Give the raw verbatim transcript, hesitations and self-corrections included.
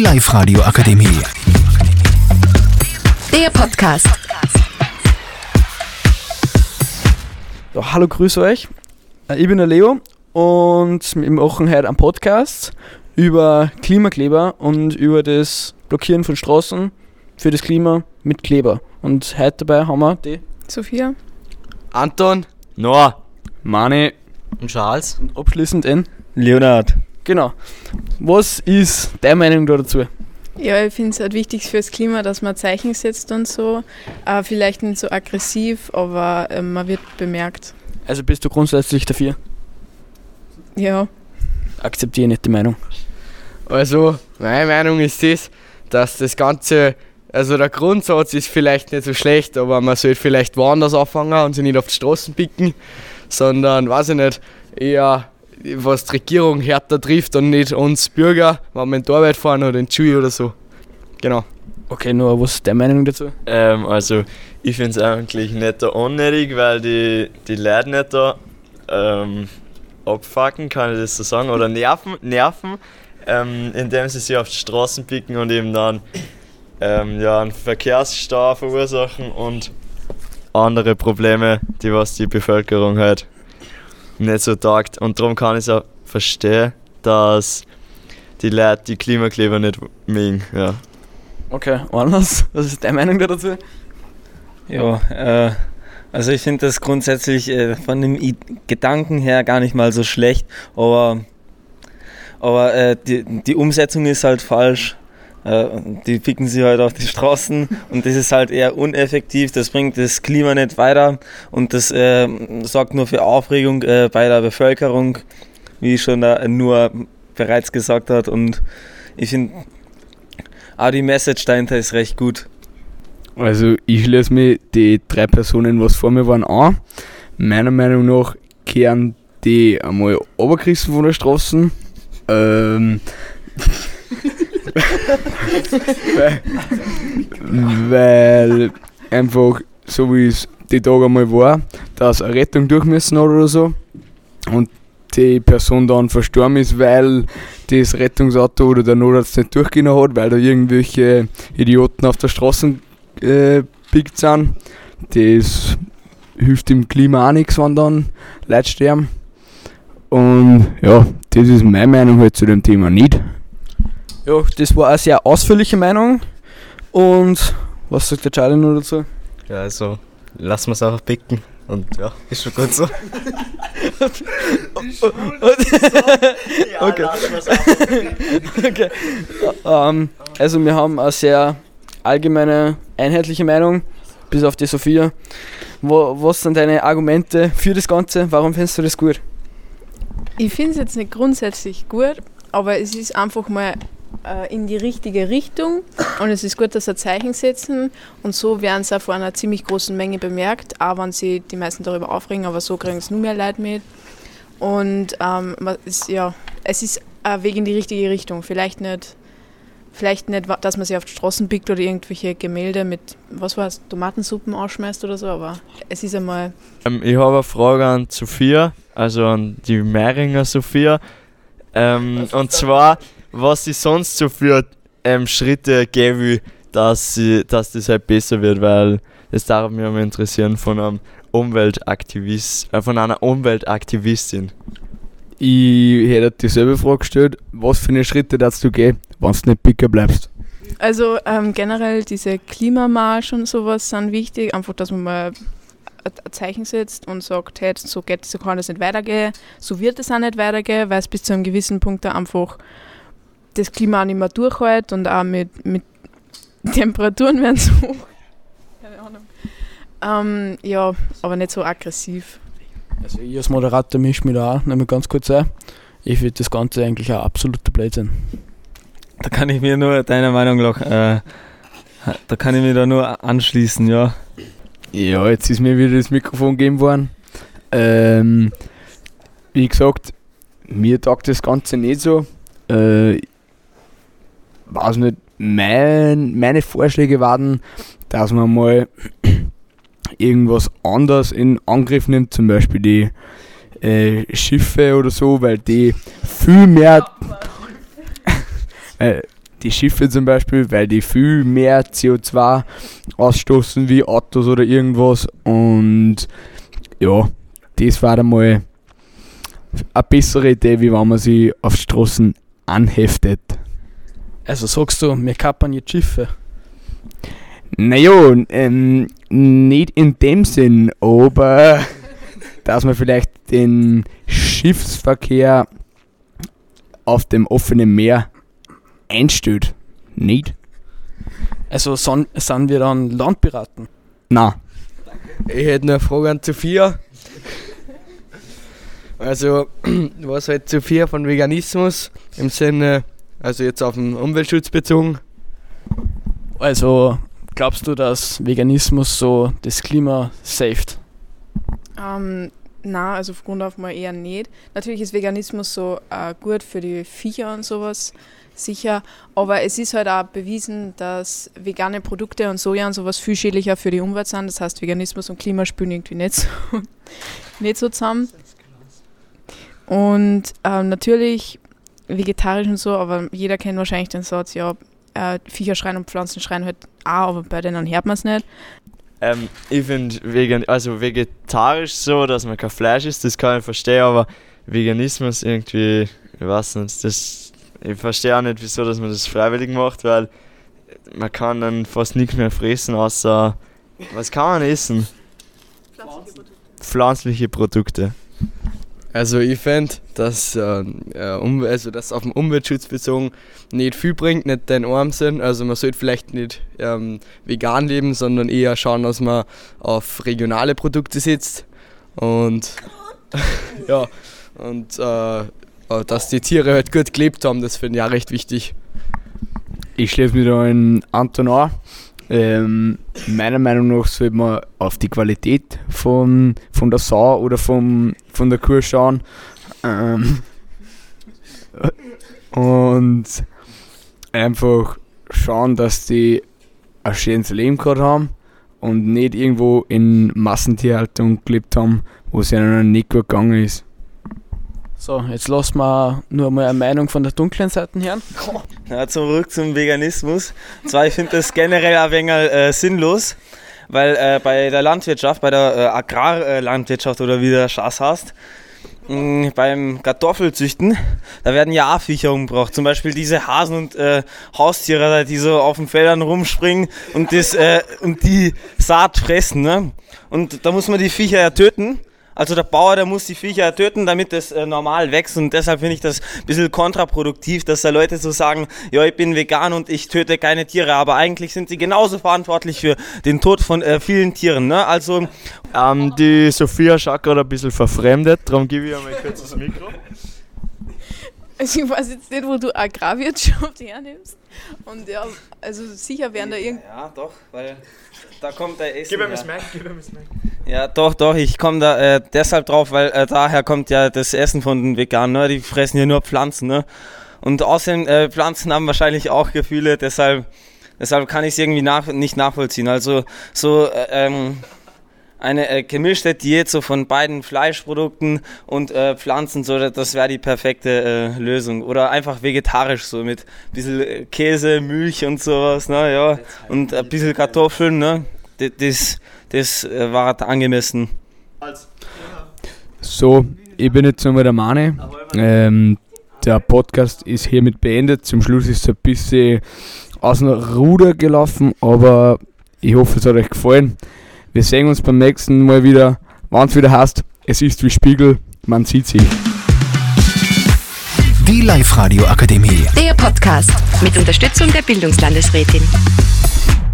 Live-Radio Akademie. Der Podcast. Ja, hallo, grüß euch. Ich bin der Leo und wir machen heute einen Podcast über Klimakleber und über das Blockieren von Straßen für das Klima mit Kleber. Und heute dabei haben wir die Sophia, Anton, Noah, Mani und Charles und abschließend N. Leonard. Genau. Was ist deine Meinung da dazu? ja, ich finde es halt wichtig fürs Klima, dass man Zeichen setzt und so. Äh, vielleicht nicht so aggressiv, aber äh, man wird bemerkt. Also bist du grundsätzlich dafür? Ja, Akzeptiere nicht die Meinung. Also, meine Meinung ist das, dass das Ganze, also der Grundsatz ist vielleicht nicht so schlecht, aber man sollte vielleicht woanders anfangen und sich nicht auf die Straßen picken, sondern, weiß ich nicht, eher was die Regierung härter trifft und nicht uns Bürger, wenn wir in die Arbeit fahren oder in die Schule oder so. Genau. Okay, Noah, was ist deine Meinung dazu? Ähm, also ich finde es eigentlich nicht da unnötig, weil die, die Leute nicht da ähm, abfucken, kann ich das so sagen, oder nerven, nerven ähm, indem sie sich auf die Straßen picken und eben dann ähm, ja, einen Verkehrsstau verursachen und andere Probleme, die was die Bevölkerung halt nicht so taugt. Und darum kann ich es auch verstehen, dass die Leute die Klimakleber nicht mögen. Ja. Okay, anders. Was ist deine Meinung da dazu? Ja, äh, also ich finde das grundsätzlich äh, von dem I- Gedanken her gar nicht mal so schlecht, aber, aber äh, die, die Umsetzung ist halt falsch. Äh, die picken sie halt auf die Straßen und das ist halt eher uneffektiv, das bringt das Klima nicht weiter und das äh, sorgt nur für Aufregung äh, bei der Bevölkerung, wie schon da nur bereits gesagt hat, und ich finde auch die Message dahinter ist recht gut. Also ich schließe mir die drei Personen, was vor mir waren, an. Meiner Meinung nach kehren die einmal runtergerissen von der Straße. Ähm, weil, weil einfach, so wie es die Tage einmal war, dass eine Rettung durch müssen hat oder so und die Person dann verstorben ist, weil das Rettungsauto oder der Notarzt nicht durchgehen hat, weil da irgendwelche Idioten auf der Straße äh, pickt sind. Das hilft dem Klima auch nichts, wenn dann Leute sterben. Und ja, das ist meine Meinung halt zu dem Thema nicht. Ja, das war eine sehr ausführliche Meinung. Und was sagt der Charlie noch dazu? Ja, also lassen wir es einfach picken und ja, ist schon gut so. Okay. Okay. Ähm, also wir haben eine sehr allgemeine, einheitliche Meinung, bis auf die Sophia. Wo, was sind deine Argumente für das Ganze? Warum findest du das gut? ich finde es jetzt nicht grundsätzlich gut, aber es ist einfach mal äh, in die richtige Richtung und es ist gut, dass sie Zeichen setzen und so werden sie auch von einer ziemlich großen Menge bemerkt, auch wenn sie die meisten darüber aufregen, aber so kriegen es nur mehr Leute mit. Und ähm, man ist, ja, es ist ein Weg in die richtige Richtung. Vielleicht nicht, vielleicht nicht, dass man sich auf die Straßen pickt oder irgendwelche Gemälde mit, was war es, Tomatensuppen ausschmeißt oder so, aber es ist einmal... Ähm, ich habe eine Frage an Sophia, also an die Mehringer Sophia. Ähm, und zwar, was sie sonst so für ähm, Schritte geben will, dass, sie, dass das halt besser wird, weil das darf mich mal interessieren von einem Umweltaktivist, äh, von einer Umweltaktivistin. Ich hätte dieselbe Frage gestellt, was für eine Schritte darfst du gehen, wenn du nicht picker bleibst? Also ähm, generell diese Klimamarsch und sowas sind wichtig, einfach, dass man mal ein Zeichen setzt und sagt, hey, so, geht, so kann das nicht weitergehen, so wird es auch nicht weitergehen, weil es bis zu einem gewissen Punkt auch einfach das Klima auch nicht mehr durchhält und auch mit, mit Temperaturen werden so hoch. Keine Ahnung. Ähm, ja, aber nicht so aggressiv. Also ich als Moderator mische mich da auch, nehme ganz kurz ein. Ich finde das Ganze eigentlich auch absoluter Blödsinn. Da kann ich mir nur deiner Meinung nach, äh, da kann ich mir da nur anschließen, ja. Ja, jetzt ist mir wieder das Mikrofon gegeben worden. Ähm, wie gesagt, mir taugt das Ganze nicht so. Äh, weiß nicht, mein, meine Vorschläge waren, dass man mal irgendwas anderes in Angriff nimmt, zum Beispiel die äh, Schiffe oder so, weil die viel mehr äh, die Schiffe zum Beispiel, weil die viel mehr C O zwei ausstoßen wie Autos oder irgendwas. Und ja, das war einmal eine bessere Idee, wie wenn man sie auf Straßen anheftet. Also sagst du, wir kappern jetzt Schiffe? Naja, ähm, nicht in dem Sinn, aber dass man vielleicht den Schiffsverkehr auf dem offenen Meer einstellt. Nicht? Also son, sind wir dann Landpiraten? Nein. Ich hätte noch eine Frage an Sophia. Also, was halt Sophia von Veganismus im Sinne, also jetzt auf den Umweltschutz bezogen? Also glaubst du, dass Veganismus so das Klima saved? Ähm, na, also von Grund auf mal eher nicht. Natürlich ist Veganismus so äh, gut für die Viecher und sowas, sicher. Aber es ist halt auch bewiesen, dass vegane Produkte und Soja und sowas viel schädlicher für die Umwelt sind. Das heißt, Veganismus und Klima spielen irgendwie nicht so, nicht so zusammen. Und ähm, natürlich vegetarisch und so, aber jeder kennt wahrscheinlich den Satz, ja, äh, Viecher schreien und Pflanzen schreien halt auch, aber bei denen hört man es nicht. Ähm, ich finde vegan, also vegetarisch so, dass man kein Fleisch isst, das kann ich verstehen, aber Veganismus irgendwie, ich weiß nicht, das, ich verstehe auch nicht, wieso dass man das freiwillig macht, weil man kann dann fast nichts mehr fressen, außer, was kann man essen? Pflanzliche Produkte. Pflanzliche Produkte. Also ich finde, dass, äh, um, also das auf den Umweltschutz bezogen nicht viel bringt, nicht den Arm sind. Also man sollte vielleicht nicht ähm, vegan leben, sondern eher schauen, dass man auf regionale Produkte setzt. Und ja, und äh, dass die Tiere halt gut gelebt haben, das finde ich auch recht wichtig. Ich schließe mich da in Anton an. Ähm, meiner Meinung nach sollte man auf die Qualität von, von der Sau oder vom, von der Kuh schauen. Ähm, und einfach schauen, dass die ein schönes Leben gehabt haben und nicht irgendwo in Massentierhaltung gelebt haben, wo es ihnen nicht gut gegangen ist. So, jetzt lassen wir nur mal eine Meinung von der dunklen Seite hören. Ja, zurück zum Veganismus. Und zwar, ich finde das generell ein wenig äh, sinnlos, weil äh, bei der Landwirtschaft, bei der äh, Agrarlandwirtschaft oder wie der Schaß heißt, mh, beim Kartoffelzüchten, da werden ja auch Viecher umgebracht. Zum Beispiel diese Hasen und äh, Haustiere, die so auf den Feldern rumspringen und, das, äh, und die Saat fressen. Ne? Und da muss man die Viecher ja töten. Also der Bauer, der muss die Viecher töten, damit das äh, normal wächst, und deshalb finde ich das ein bisschen kontraproduktiv, dass da Leute so sagen, ja, ich bin vegan und ich töte keine Tiere, aber eigentlich sind sie genauso verantwortlich für den Tod von äh, vielen Tieren, ne? Also ähm, die Sophia schaut gerade ein bisschen verfremdet, darum gebe ich ihr mal kurz das Mikro. Also ich weiß jetzt nicht, wo du Agrarwirtschaft hernimmst. Und ja, also sicher werden da irgendwie... Ja, doch, weil da kommt der Essen. Gib ihm das Mic, gib ihm das Mic. Ja, doch, doch, ich komme da äh, deshalb drauf, weil äh, daher kommt ja das Essen von den Veganern, ne? Die fressen ja nur Pflanzen, ne? Und außerdem, äh, Pflanzen haben wahrscheinlich auch Gefühle, deshalb, deshalb kann ich es irgendwie nach, nicht nachvollziehen. Also so äh, ähm, eine äh, gemischte Diät so von beiden Fleischprodukten und äh, Pflanzen, so, das wäre die perfekte äh, Lösung. Oder einfach vegetarisch, so mit ein bisschen Käse, Milch und sowas, ne? Ja. Und ein bisschen Kartoffeln, ne? Das, das, das äh, war angemessen. So, ich bin jetzt nochmal der Mane. Ähm, der Podcast ist hiermit beendet. Zum Schluss ist es ein bisschen aus dem Ruder gelaufen, aber ich hoffe, es hat euch gefallen. Wir sehen uns beim nächsten Mal wieder, wenn es wieder heißt, es ist wie Spiegel, man sieht sich. Die Live-Radio Akademie. Der Podcast mit Unterstützung der Bildungslandesrätin.